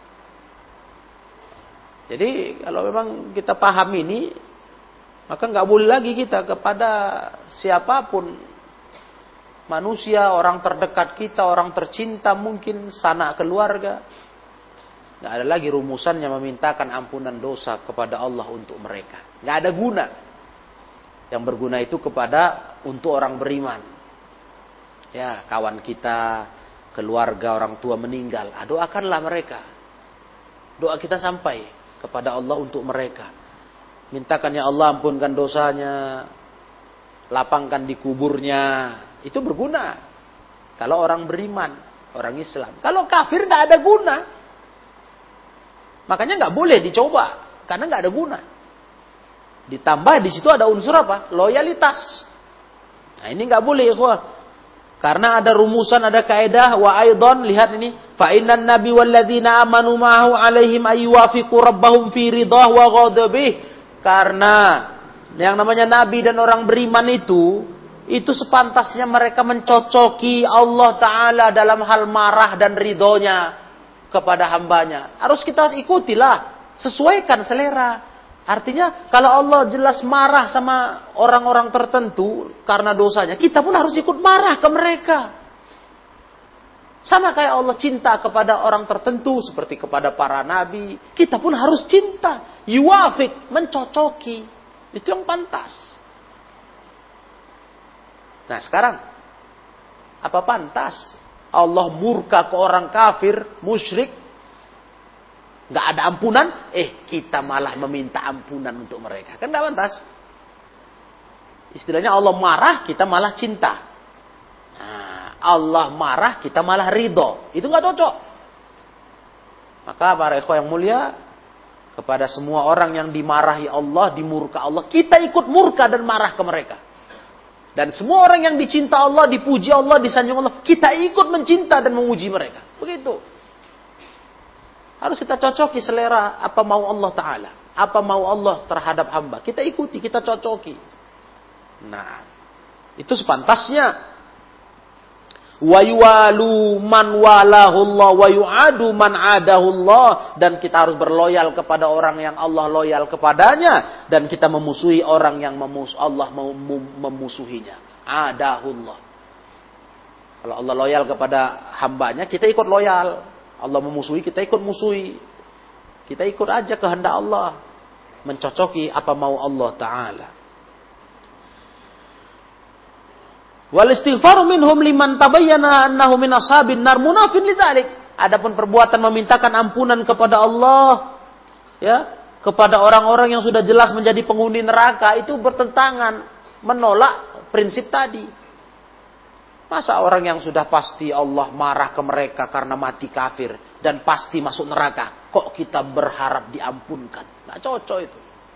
Jadi kalau memang kita paham ini, maka enggak boleh lagi kita kepada siapapun, manusia, orang terdekat kita, orang tercinta mungkin, sanak keluarga, nggak ada lagi rumusannya memintakan ampunan dosa kepada Allah untuk mereka. Nggak ada guna. Yang berguna itu untuk orang beriman. Ya, kawan kita, keluarga, orang tua meninggal. Doakanlah mereka. Doa kita sampai kepada Allah untuk mereka. Mintakan ya Allah ampunkan dosanya. Lapangkan di kuburnya. Itu berguna. Kalau orang beriman, orang Islam. Kalau kafir nggak ada guna. Makanya nggak boleh dicoba, karena nggak ada guna. Ditambah di situ ada unsur apa? Loyalitas. Nah ini nggak boleh, ikhwah. Karena ada rumusan, ada kaedah. Wa aidon, lihat ini. Fa innan nabi walladzina amanu ma'ahu alaihim ayyuwafiqu rabbahum fi ridah wa ghadabih. Karena yang namanya nabi dan orang beriman itu sepantasnya mereka mencocoki Allah Ta'ala dalam hal marah dan ridhonya kepada hambanya. Harus kita ikutilah. Sesuaikan selera. Artinya kalau Allah jelas marah sama orang-orang tertentu karena dosanya, kita pun harus ikut marah ke mereka. Sama kayak Allah cinta kepada orang tertentu seperti kepada para nabi, kita pun harus cinta. Yuwafik, mencocoki. Itu yang pantas. Nah sekarang, apa pantas Allah murka ke orang kafir, musyrik, gak ada ampunan, kita malah meminta ampunan untuk mereka. Kan gak pantas. Istilahnya Allah marah, kita malah cinta. Nah, Allah marah, kita malah ridho. Itu gak cocok. Maka para ikhwah yang mulia, kepada semua orang yang dimarahi Allah, dimurka Allah, kita ikut murka dan marah ke mereka. Dan semua orang yang dicinta Allah, dipuji Allah, disanjung Allah, kita ikut mencinta dan memuji mereka. Begitu. Harus kita cocoki selera apa mau Allah Ta'ala. Apa mau Allah terhadap hamba. Kita ikuti, kita cocoki. Nah, itu sepantasnya. Wa yuwalu man walahullah wa yu'adu man adahullah. Dan kita harus berloyal kepada orang yang Allah loyal kepadanya. Dan kita memusuhi orang yang Allah memusuhinya. Adahullah. Kalau Allah loyal kepada hambanya, kita ikut loyal. Allah memusuhi, kita ikut musuhi. Kita ikut aja kehendak Allah. Mencocoki apa mau Allah Ta'ala. Wal istighfaru minhum liman tabayyana annahu min ashabin nar munafin lidzalik. Adapun perbuatan memintakan ampunan kepada Allah, ya, kepada orang-orang yang sudah jelas menjadi penghuni neraka, itu bertentangan, menolak prinsip tadi. Masa orang yang sudah pasti Allah marah ke mereka karena mati kafir dan pasti masuk neraka, kok kita berharap diampunkan? Gak cocok itu.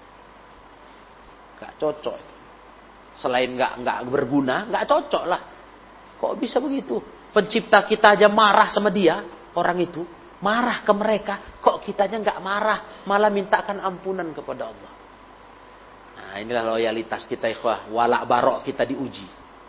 Gak cocok itu. Selain nggak berguna, nggak cocok lah. Kok bisa begitu? Pencipta kita aja marah sama dia, orang itu marah ke mereka, kok kitanya nggak marah, malah mintakan ampunan kepada Allah. Nah inilah loyalitas kita ikhwah, walak barok kita diuji.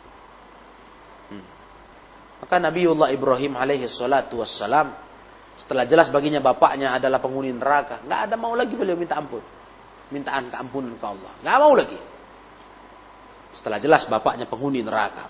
Maka Nabiullah Ibrahim alaihi salatu wassalam, setelah jelas baginya bapaknya adalah penghuni neraka, nggak ada mau lagi beliau minta ampun, mintaan keampunan ke Allah, nggak mau lagi. Setelah jelas bapaknya penghuni neraka.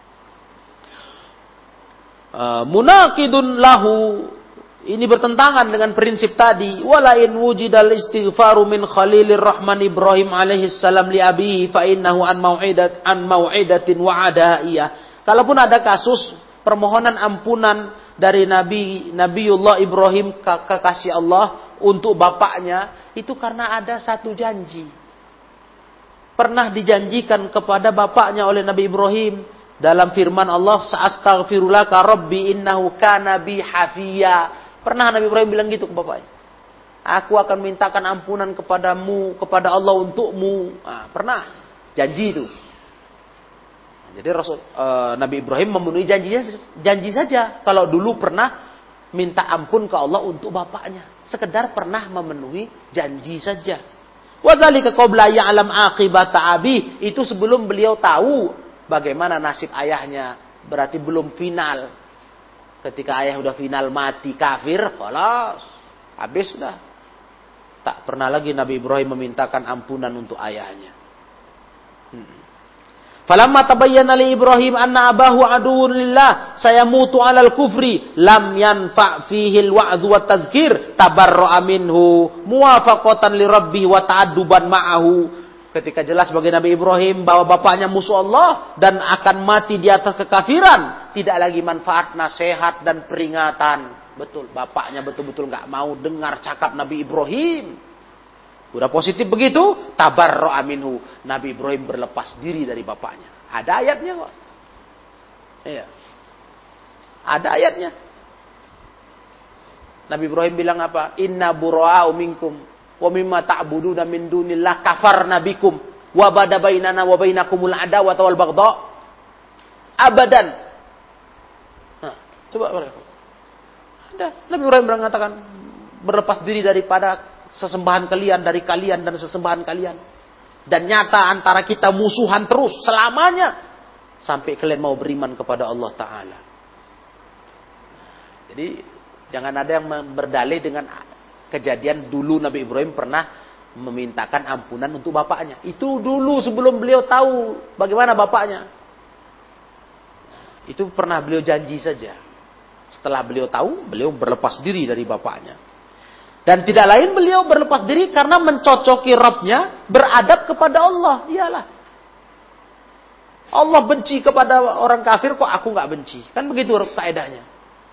Munaqidun lahu. Ini bertentangan dengan prinsip tadi. Walain wujidal istighfaru min Khalilir Rahman Ibrahim alaihi salam li abihi fa innahu an mau'idatin wa adaiyah. Kalaupun ada kasus permohonan ampunan dari Nabiullah Ibrahim kekasih Allah untuk bapaknya, itu karena ada satu janji. Pernah dijanjikan kepada bapaknya oleh Nabi Ibrahim dalam firman Allah, "Sa'astaghfirulaka rabbi innahu kana bi hafiya." Pernah Nabi Ibrahim bilang gitu ke bapaknya. Aku akan mintakan ampunan kepadamu, kepada Allah untukmu. Nah, pernah janji itu. Jadi Nabi Ibrahim memenuhi janji saja. Kalau dulu pernah minta ampun ke Allah untuk bapaknya, sekedar pernah memenuhi janji saja. Wadzalika qabla ya'lam aqibata abi, itu sebelum beliau tahu bagaimana nasib ayahnya, berarti belum final. Ketika ayah udah final mati kafir, khalas, habis sudah. Tak pernah lagi Nabi Ibrahim memintakan ampunan untuk ayahnya. Falamma tabayyana li Ibrahim anna abahu aduwwun lillah sayamutu 'alal kufri lam yanfa' fihi al-wa'dhu wat tadhkir tabarra'a minhu muwafaqatan li rabbih wa ta'adduban ma'ahu. Ketika jelas bagi Nabi Ibrahim bahwa bapaknya musuh Allah dan akan mati di atas kekafiran, tidak lagi manfaat nasihat dan peringatan. Betul, bapaknya betul-betul enggak mau dengar cakap Nabi Ibrahim. Udah positif begitu, tabarra'a minhu. Nabi Ibrahim berlepas diri dari bapaknya. Ada ayatnya kok. Iya. Ada ayatnya. Nabi Ibrahim bilang apa? Inna bura'u minkum wa mimma ta'buduna min dunillah kafarna bikum wa bada bainana wa bainakumul adawata wal baghdha abadan. Nah, coba ada. Nabi Ibrahim mengatakan berlepas diri daripada sesembahan kalian, dari kalian dan sesembahan kalian. Dan nyata antara kita musuhan terus selamanya sampai kalian mau beriman kepada Allah Ta'ala. Jadi jangan ada yang berdalih dengan kejadian dulu Nabi Ibrahim pernah memintakan ampunan untuk bapaknya. Itu dulu sebelum beliau tahu bagaimana bapaknya. Itu pernah beliau janji saja. Setelah beliau tahu, beliau berlepas diri dari bapaknya. Dan tidak lain beliau berlepas diri karena mencocoki Rabbnya, beradab kepada Allah. Iyalah. Allah benci kepada orang kafir, kok aku nggak benci? Kan begitu kaedahnya.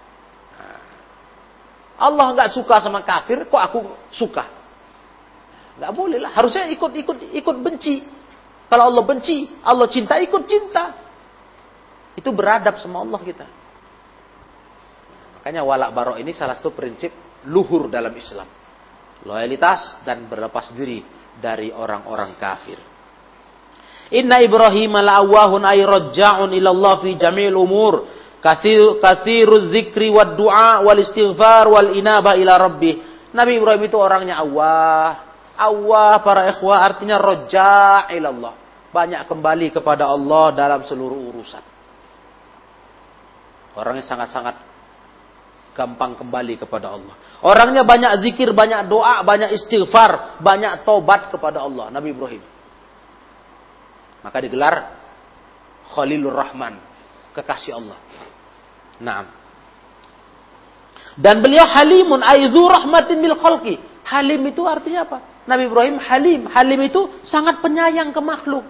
Allah nggak suka sama kafir, kok aku suka? Nggak boleh lah. Harusnya ikut benci. Kalau Allah benci, Allah cinta, ikut cinta. Itu beradab sama Allah kita. Makanya walak barok ini salah satu prinsip luhur dalam Islam. Loyalitas dan berlepas diri dari orang-orang kafir. Inna Ibrahim la'awahun ay raja'un ilallah fi jami'il umur. Kathiruz zikri wad du'a wal istighfar wal inabah ila rabbih. Nabi Ibrahim itu orangnya awah. Awah para ikhwah artinya raja' ilallah. Banyak kembali kepada Allah dalam seluruh urusan. Orangnya sangat-sangat gampang kembali kepada Allah. Orangnya banyak zikir, banyak doa, banyak istighfar, banyak taubat kepada Allah. Nabi Ibrahim. Maka digelar Khalilur Rahman, kekasih Allah. Naam. Dan beliau halimun aizu rahmatin bil khalqi. Halim itu artinya apa? Nabi Ibrahim halim. Halim itu sangat penyayang ke makhluk.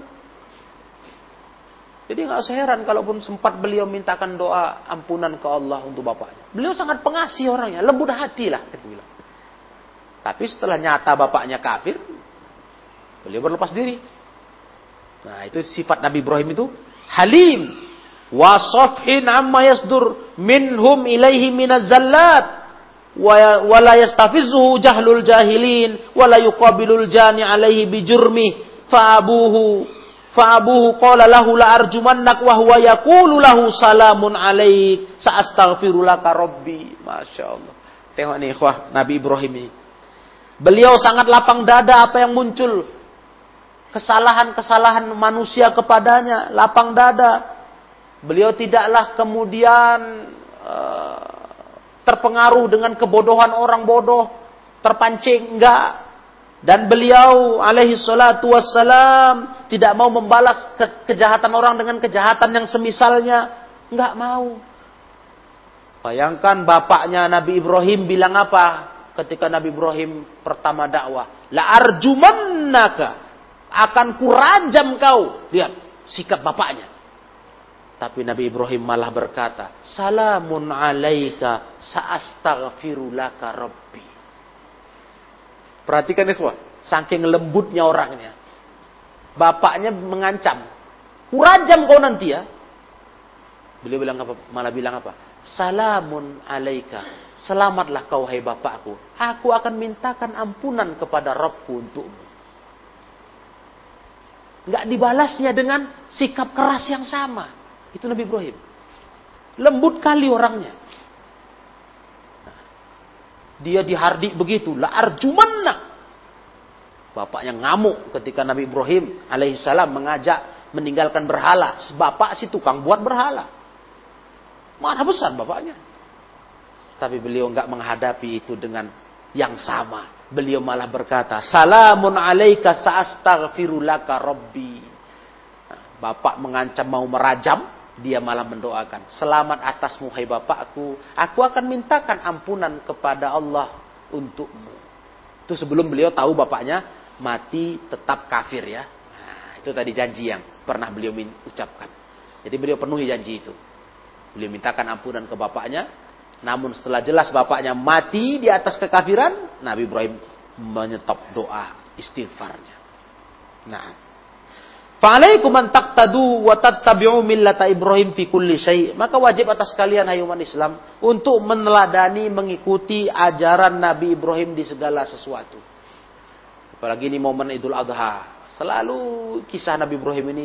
Jadi nggak usah heran kalaupun sempat beliau mintakan doa ampunan ke Allah untuk bapaknya. Beliau sangat pengasih orangnya, lembut hati lah kita bilang. Tapi setelah nyata bapaknya kafir, beliau berlepas diri. Nah, itu sifat Nabi Ibrahim itu halim wa safhin amma yasdur minhum ilaihi minaz zallat wa la yastafizuhu jahlul jahilin wa la yuqabilul jani alaihi bijurmi fa'abuhu qala lahu la arjumannak wa huwa yaqulu lahu salamun alaik sa'astaghfiru laka rabbi. Masyaallah. Tengok nih ikhwah Nabi Ibrahim ini. Beliau sangat lapang dada apa yang muncul kesalahan-kesalahan manusia kepadanya, lapang dada. Beliau tidaklah kemudian terpengaruh dengan kebodohan orang bodoh, terpancing, enggak. Dan beliau alaihi salatu wassalam tidak mau membalas kejahatan orang dengan kejahatan yang semisalnya, enggak mau. Bayangkan bapaknya Nabi Ibrahim bilang apa ketika Nabi Ibrahim pertama dakwah? La arjumannaka, akan kurajam kau. Lihat sikap bapaknya. Tapi Nabi Ibrahim malah berkata, salamun alaika sa'astaghfiru laka rabbi. Perhatikan ikhwah, saking lembutnya orangnya. Bapaknya mengancam, kurajam kau nanti ya. Beliau bilang apa? Malah bilang apa? Salamun alaika, selamatlah kau hai bapakku. Aku akan mintakan ampunan kepada Rabbku untukmu. Enggak dibalasnya dengan sikap keras yang sama. Itu Nabi Ibrahim. Lembut kali orangnya. Dia dihardik begitu. La arjumanna. Bapaknya ngamuk ketika Nabi Ibrahim alaihissalam mengajak meninggalkan berhala. Bapak si tukang buat berhala. Marah besar bapaknya. Tapi beliau enggak menghadapi itu dengan yang sama. Beliau malah berkata, salamun alaika sa'astaghfiru laka rabbi. Bapak mengancam mau merajam, dia malah mendoakan, selamat atasmu hai bapakku, aku akan mintakan ampunan kepada Allah untukmu. Itu sebelum beliau tahu bapaknya mati tetap kafir ya. Nah, itu tadi janji yang pernah beliau ucapkan. Jadi beliau penuhi janji itu. Beliau mintakan ampunan ke bapaknya. Namun setelah jelas bapaknya mati di atas kekafiran, Nabi Ibrahim menyetop doa istighfarnya. Nah, fa'alaikum an taqtadu wa tattabi'u millata Ibrahim fi kulli syai'. Maka wajib atas kalian hai umat Islam untuk meneladani, mengikuti ajaran Nabi Ibrahim di segala sesuatu. Apalagi ini momen Idul Adha. Selalu kisah Nabi Ibrahim ini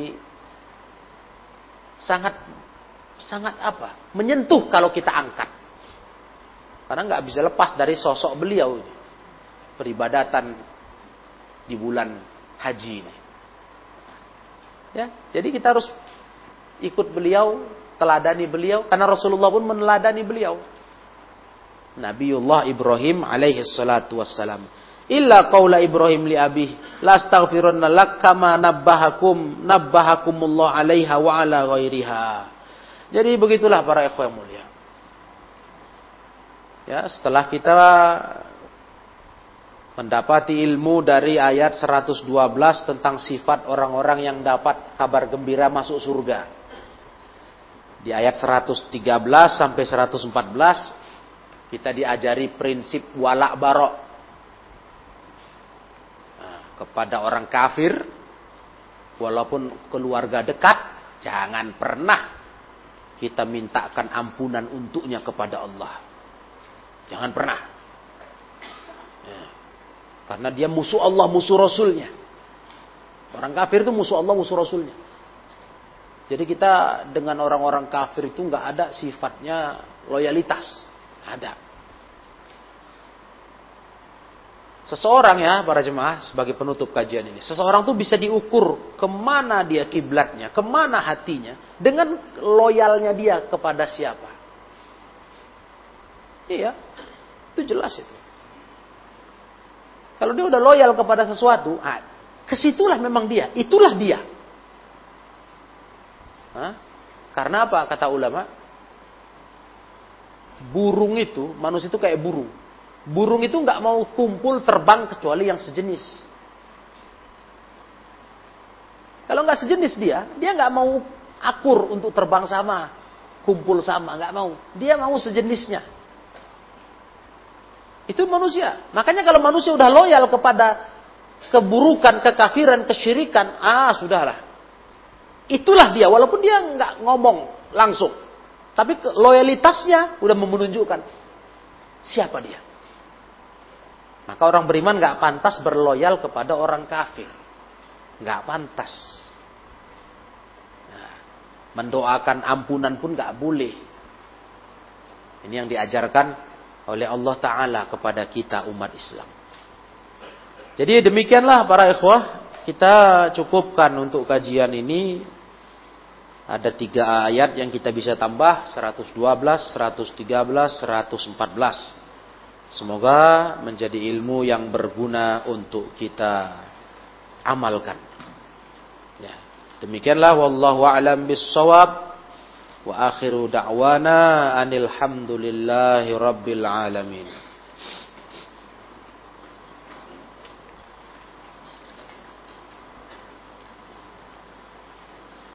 sangat apa? Menyentuh kalau kita angkat. Karena nggak bisa lepas dari sosok beliau. Peribadatan di bulan haji ini. Ya, jadi kita harus ikut beliau, teladani beliau. Karena Rasulullah pun meneladani beliau. Nabiullah Ibrahim alaihi salatu wassalam. Illa qaula Ibrahim li abih. La astaghfirunna lak kama nabbahakumullah alaiha wa ala ghairiha. Jadi begitulah para ikhwan mulia. Ya, setelah kita mendapati ilmu dari ayat 112 tentang sifat orang-orang yang dapat kabar gembira masuk surga. Di ayat 113 sampai 114 kita diajari prinsip walak barok. Nah, kepada orang kafir walaupun keluarga dekat, jangan pernah kita mintakan ampunan untuknya kepada Allah. Jangan pernah. Ya. Karena dia musuh Allah, musuh Rasulnya. Orang kafir itu musuh Allah, musuh Rasulnya. Jadi kita dengan orang-orang kafir itu nggak ada sifatnya loyalitas. Ada. Seseorang ya para jemaah sebagai penutup kajian ini. Seseorang tuh bisa diukur kemana dia kiblatnya, kemana hatinya. Dengan loyalnya dia kepada siapa. Iya. Itu jelas itu. Kalau dia udah loyal kepada sesuatu, kesitulah memang dia. Itulah dia. Karena apa kata ulama? Burung itu, manusia itu kayak burung. Burung itu nggak mau kumpul terbang kecuali yang sejenis. Kalau nggak sejenis dia nggak mau akur untuk terbang sama, kumpul sama, nggak mau. Dia mau sejenisnya. Itu manusia. Makanya kalau manusia udah loyal kepada keburukan, kekafiran, kesyirikan, sudahlah. Itulah dia, walaupun dia nggak ngomong langsung. Tapi loyalitasnya udah menunjukkan siapa dia. Maka orang beriman nggak pantas berloyal kepada orang kafir. Nggak pantas. Nah, mendoakan ampunan pun nggak boleh. Ini yang diajarkan oleh Allah Ta'ala kepada kita umat Islam. Jadi demikianlah para ikhwah. Kita cukupkan untuk kajian ini. Ada 3 ayat yang kita bisa tambah. 112, 113, 114. Semoga menjadi ilmu yang berguna untuk kita amalkan. Ya. Demikianlah wallahu a'lam bis-shawab. Wa akhiru da'wana anil hamdulillahi rabbil alamin.